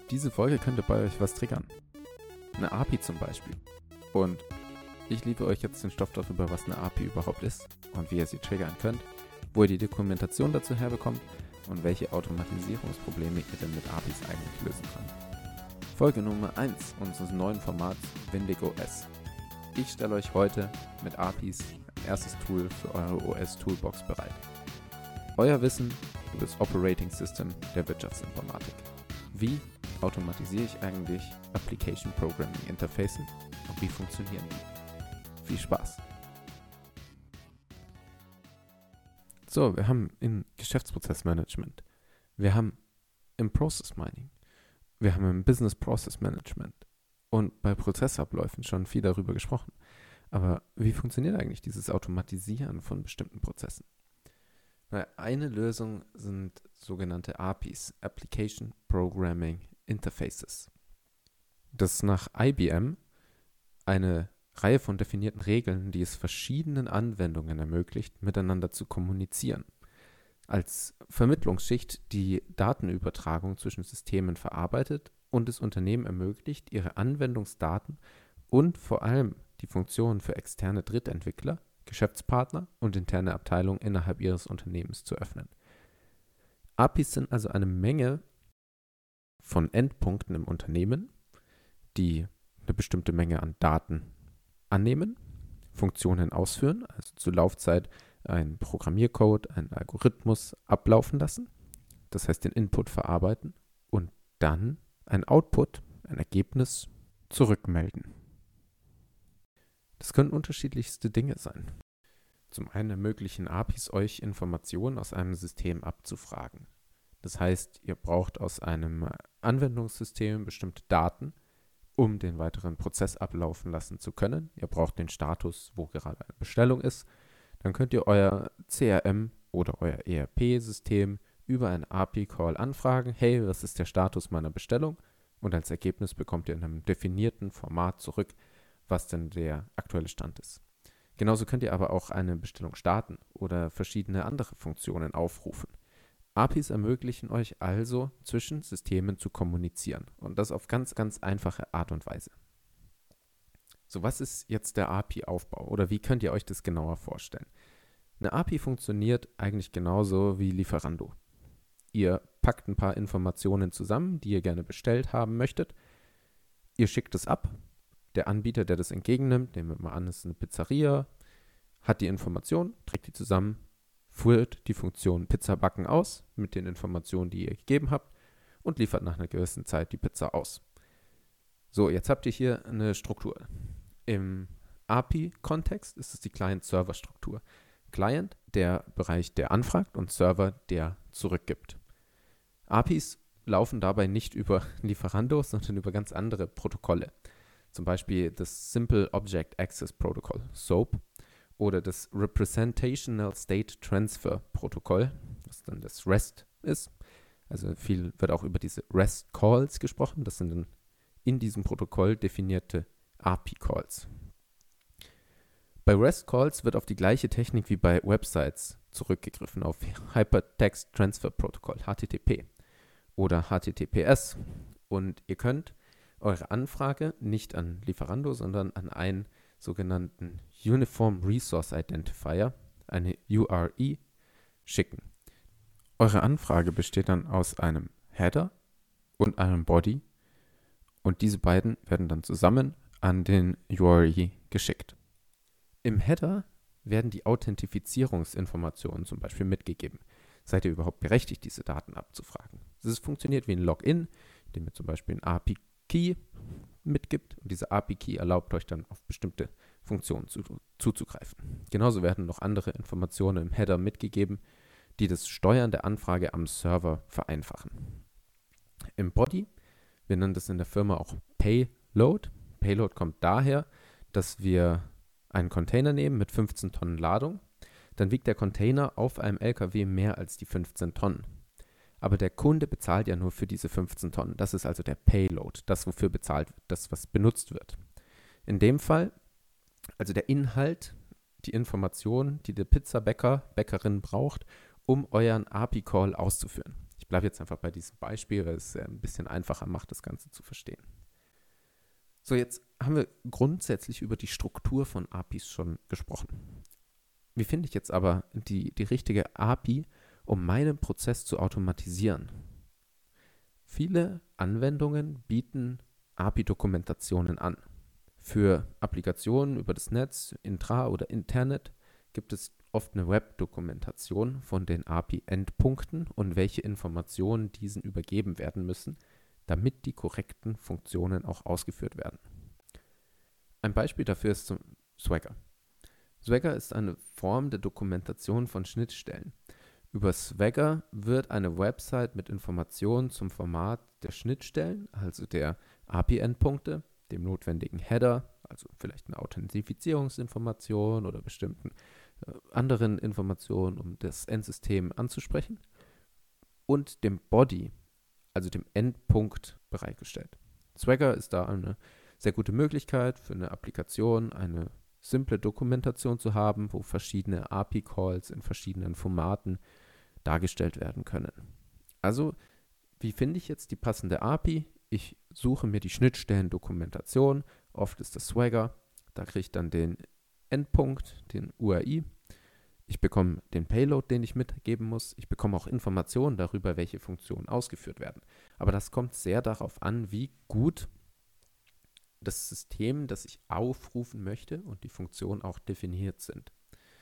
Diese Folge könnte bei euch was triggern. Eine API zum Beispiel. Und ich liefere euch jetzt den Stoff darüber, was eine API überhaupt ist und wie ihr sie triggern könnt, wo ihr die Dokumentation dazu herbekommt und welche Automatisierungsprobleme ihr denn mit APIs eigentlich lösen könnt. Folge Nummer 1 unseres neuen Formats WindigOS. Ich stelle euch heute mit APIs ein erstes Tool für eure OS-Toolbox bereit. Euer Wissen über das Operating System der Wirtschaftsinformatik. Wie automatisiere ich eigentlich Application Programming Interfaces und wie funktionieren die? Viel Spaß! So, wir haben im Geschäftsprozessmanagement, wir haben im Process Mining, wir haben im Business Process Management und bei Prozessabläufen schon viel darüber gesprochen. Aber wie funktioniert eigentlich dieses Automatisieren von bestimmten Prozessen? Eine Lösung sind sogenannte APIs, Application Programming Interfaces. Das ist nach IBM eine Reihe von definierten Regeln, die es verschiedenen Anwendungen ermöglicht, miteinander zu kommunizieren. Als Vermittlungsschicht die Datenübertragung zwischen Systemen verarbeitet und es Unternehmen ermöglicht, ihre Anwendungsdaten und vor allem die Funktionen für externe Drittentwickler, Geschäftspartner und interne Abteilungen innerhalb ihres Unternehmens zu öffnen. APIs sind also eine Menge von Endpunkten im Unternehmen, die eine bestimmte Menge an Daten annehmen, Funktionen ausführen, also zur Laufzeit einen Programmiercode, einen Algorithmus ablaufen lassen, das heißt den Input verarbeiten und dann ein Output, ein Ergebnis zurückmelden. Das können unterschiedlichste Dinge sein. Zum einen ermöglichen APIs euch Informationen aus einem System abzufragen. Das heißt, ihr braucht aus einem Anwendungssystem bestimmte Daten, um den weiteren Prozess ablaufen lassen zu können. Ihr braucht den Status, wo gerade eine Bestellung ist. Dann könnt ihr euer CRM oder euer ERP-System über einen API-Call anfragen. Hey, was ist der Status meiner Bestellung? Und als Ergebnis bekommt ihr in einem definierten Format zurück, was denn der aktuelle Stand ist. Genauso könnt ihr aber auch eine Bestellung starten oder verschiedene andere Funktionen aufrufen. APIs ermöglichen euch also, zwischen Systemen zu kommunizieren und das auf ganz, ganz einfache Art und Weise. So, was ist jetzt der API-Aufbau oder wie könnt ihr euch das genauer vorstellen? Eine API funktioniert eigentlich genauso wie Lieferando. Ihr packt ein paar Informationen zusammen, die ihr gerne bestellt haben möchtet. Ihr schickt es ab. Der Anbieter, der das entgegennimmt, nehmen wir mal an, es ist eine Pizzeria, hat die Information, trägt die zusammen, führt die Funktion Pizza backen aus mit den Informationen, die ihr gegeben habt und liefert nach einer gewissen Zeit die Pizza aus. So, jetzt habt ihr hier eine Struktur. Im API-Kontext ist es die Client-Server-Struktur. Client, der Bereich, der anfragt und Server, der zurückgibt. APIs laufen dabei nicht über Lieferando, sondern über ganz andere Protokolle. Zum Beispiel das Simple Object Access Protocol, SOAP, oder das Representational State Transfer Protokoll, was dann das REST ist. Also viel wird auch über diese REST Calls gesprochen. Das sind dann in diesem Protokoll definierte API Calls. Bei REST Calls wird auf die gleiche Technik wie bei Websites zurückgegriffen, auf Hypertext Transfer Protocol, HTTP oder HTTPS. Und ihr könnt eure Anfrage nicht an Lieferando, sondern an einen sogenannten Uniform Resource Identifier, eine URI, schicken. Eure Anfrage besteht dann aus einem Header und einem Body und diese beiden werden dann zusammen an den URI geschickt. Im Header werden die Authentifizierungsinformationen zum Beispiel mitgegeben. Seid ihr überhaupt berechtigt, diese Daten abzufragen? Das funktioniert wie ein Login, indem ihr zum Beispiel ein API-Key mitgibt und diese API-Key erlaubt euch dann auf bestimmte Funktionen zuzugreifen. Genauso werden noch andere Informationen im Header mitgegeben, die das Steuern der Anfrage am Server vereinfachen. Im Body, wir nennen das in der Firma auch Payload. Payload kommt daher, dass wir einen Container nehmen mit 15 Tonnen Ladung. Dann wiegt der Container auf einem LKW mehr als die 15 Tonnen. Aber der Kunde bezahlt ja nur für diese 15 Tonnen. Das ist also der Payload, das wofür bezahlt wird, das was benutzt wird. In dem Fall, also der Inhalt, die Information, die der Pizzabäcker, Bäckerin braucht, um euren API-Call auszuführen. Ich bleibe jetzt einfach bei diesem Beispiel, weil es ein bisschen einfacher macht, das Ganze zu verstehen. So, jetzt haben wir grundsätzlich über die Struktur von APIs schon gesprochen. Wie finde ich jetzt aber die richtige API, um meinen Prozess zu automatisieren? Viele Anwendungen bieten API-Dokumentationen an. Für Applikationen über das Netz, Intra- oder Internet, gibt es oft eine Web-Dokumentation von den API-Endpunkten und welche Informationen diesen übergeben werden müssen, damit die korrekten Funktionen auch ausgeführt werden. Ein Beispiel dafür ist Swagger. Swagger ist eine Form der Dokumentation von Schnittstellen. Über Swagger wird eine Website mit Informationen zum Format der Schnittstellen, also der API-Endpunkte, dem notwendigen Header, also vielleicht eine Authentifizierungsinformation oder bestimmten anderen Informationen, um das Endsystem anzusprechen, und dem Body, also dem Endpunkt, bereitgestellt. Swagger ist da eine sehr gute Möglichkeit für eine Applikation, eine simple Dokumentation zu haben, wo verschiedene API-Calls in verschiedenen Formaten dargestellt werden können. Also, wie finde ich jetzt die passende API? Ich suche mir die Schnittstellen-Dokumentation. Oft ist das Swagger. Da kriege ich dann den Endpunkt, den URI. Ich bekomme den Payload, den ich mitgeben muss. Ich bekomme auch Informationen darüber, welche Funktionen ausgeführt werden. Aber das kommt sehr darauf an, wie gut das System, das ich aufrufen möchte, und die Funktionen auch definiert sind.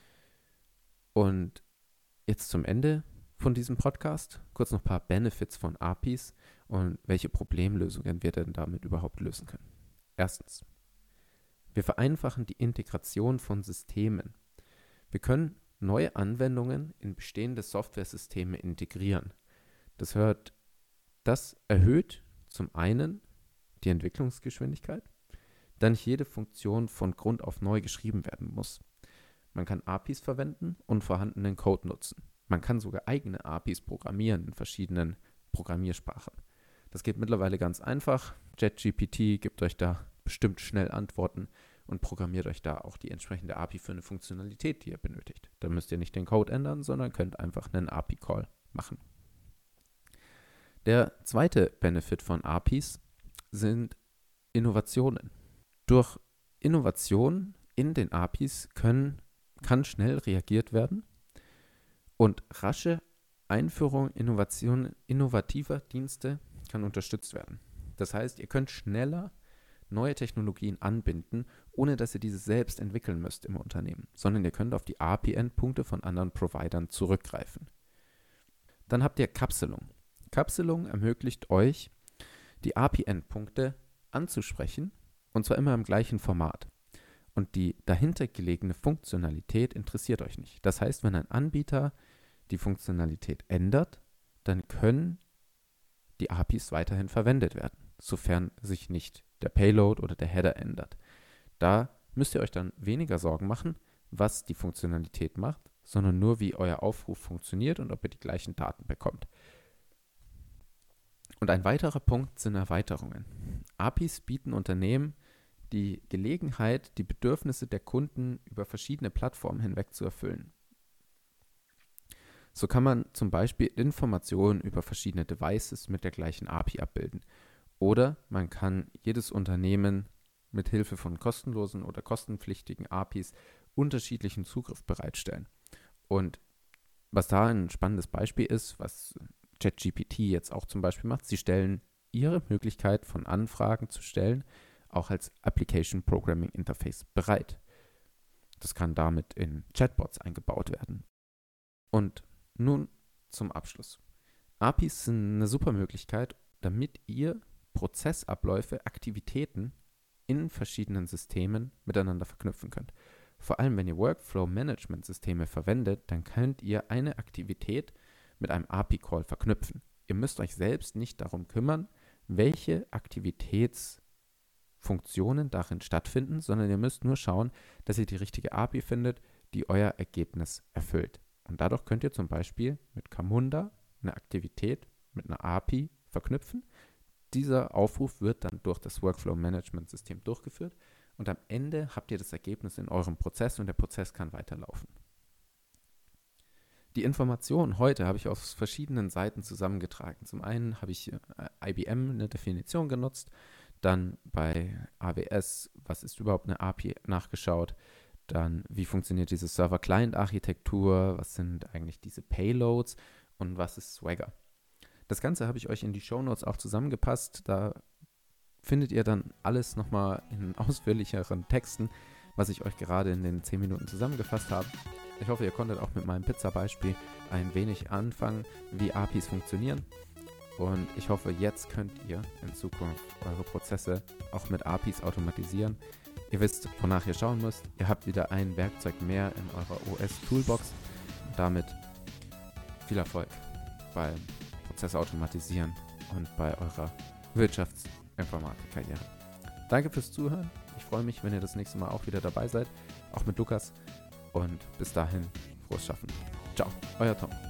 Und jetzt zum Ende von diesem Podcast kurz noch ein paar Benefits von APIs und welche Problemlösungen wir denn damit überhaupt lösen können. Erstens, wir vereinfachen die Integration von Systemen. Wir können neue Anwendungen in bestehende Softwaresysteme integrieren. Das erhöht zum einen die Entwicklungsgeschwindigkeit, da nicht jede Funktion von Grund auf neu geschrieben werden muss. Man kann APIs verwenden und vorhandenen Code nutzen. Man kann sogar eigene APIs programmieren in verschiedenen Programmiersprachen. Das geht mittlerweile ganz einfach. ChatGPT gibt euch da bestimmt schnell Antworten und programmiert euch da auch die entsprechende API für eine Funktionalität, die ihr benötigt. Da müsst ihr nicht den Code ändern, sondern könnt einfach einen API-Call machen. Der zweite Benefit von APIs sind Innovationen. Durch Innovation in den APIs kann schnell reagiert werden und rasche Einführung innovativer Dienste kann unterstützt werden. Das heißt, ihr könnt schneller neue Technologien anbinden, ohne dass ihr diese selbst entwickeln müsst im Unternehmen, sondern ihr könnt auf die API-Endpunkte von anderen Providern zurückgreifen. Dann habt ihr Kapselung. Kapselung ermöglicht euch, die API-Endpunkte anzusprechen, und zwar immer im gleichen Format. Und die dahinter gelegene Funktionalität interessiert euch nicht. Das heißt, wenn ein Anbieter die Funktionalität ändert, dann können die APIs weiterhin verwendet werden, sofern sich nicht der Payload oder der Header ändert. Da müsst ihr euch dann weniger Sorgen machen, was die Funktionalität macht, sondern nur, wie euer Aufruf funktioniert und ob ihr die gleichen Daten bekommt. Und ein weiterer Punkt sind Erweiterungen. APIs bieten Unternehmen die Gelegenheit, die Bedürfnisse der Kunden über verschiedene Plattformen hinweg zu erfüllen. So kann man zum Beispiel Informationen über verschiedene Devices mit der gleichen API abbilden. Oder man kann jedes Unternehmen mit Hilfe von kostenlosen oder kostenpflichtigen APIs unterschiedlichen Zugriff bereitstellen. Und was da ein spannendes Beispiel ist, was ChatGPT jetzt auch zum Beispiel macht, sie stellen ihre Möglichkeit von Anfragen zu stellen auch als Application Programming Interface bereit. Das kann damit in Chatbots eingebaut werden. Und nun zum Abschluss. APIs sind eine super Möglichkeit, damit ihr Prozessabläufe, Aktivitäten in verschiedenen Systemen miteinander verknüpfen könnt. Vor allem, wenn ihr Workflow-Management-Systeme verwendet, dann könnt ihr eine Aktivität mit einem API-Call verknüpfen. Ihr müsst euch selbst nicht darum kümmern, welche Aktivitätsfunktionen darin stattfinden, sondern ihr müsst nur schauen, dass ihr die richtige API findet, die euer Ergebnis erfüllt. Und dadurch könnt ihr zum Beispiel mit Camunda eine Aktivität mit einer API verknüpfen. Dieser Aufruf wird dann durch das Workflow-Management-System durchgeführt und am Ende habt ihr das Ergebnis in eurem Prozess und der Prozess kann weiterlaufen. Die Informationen heute habe ich aus verschiedenen Seiten zusammengetragen. Zum einen habe ich IBM eine Definition genutzt, dann bei AWS, was ist überhaupt eine API, nachgeschaut, dann wie funktioniert diese Server-Client-Architektur, was sind eigentlich diese Payloads und was ist Swagger. Das Ganze habe ich euch in die Shownotes auch zusammengepasst. Da findet ihr dann alles nochmal in ausführlicheren Texten, was ich euch gerade in den 10 Minuten zusammengefasst habe. Ich hoffe, ihr konntet auch mit meinem Pizza-Beispiel ein wenig anfangen, wie APIs funktionieren. Und ich hoffe, jetzt könnt ihr in Zukunft eure Prozesse auch mit APIs automatisieren. Ihr wisst, wonach ihr schauen müsst. Ihr habt wieder ein Werkzeug mehr in eurer OS-Toolbox. Und damit viel Erfolg beim Prozessautomatisieren und bei eurer Wirtschaftsinformatik-Karriere. Danke fürs Zuhören. Ich freue mich, wenn ihr das nächste Mal auch wieder dabei seid, auch mit Lukas. Und bis dahin, frohes Schaffen. Ciao, euer Tom.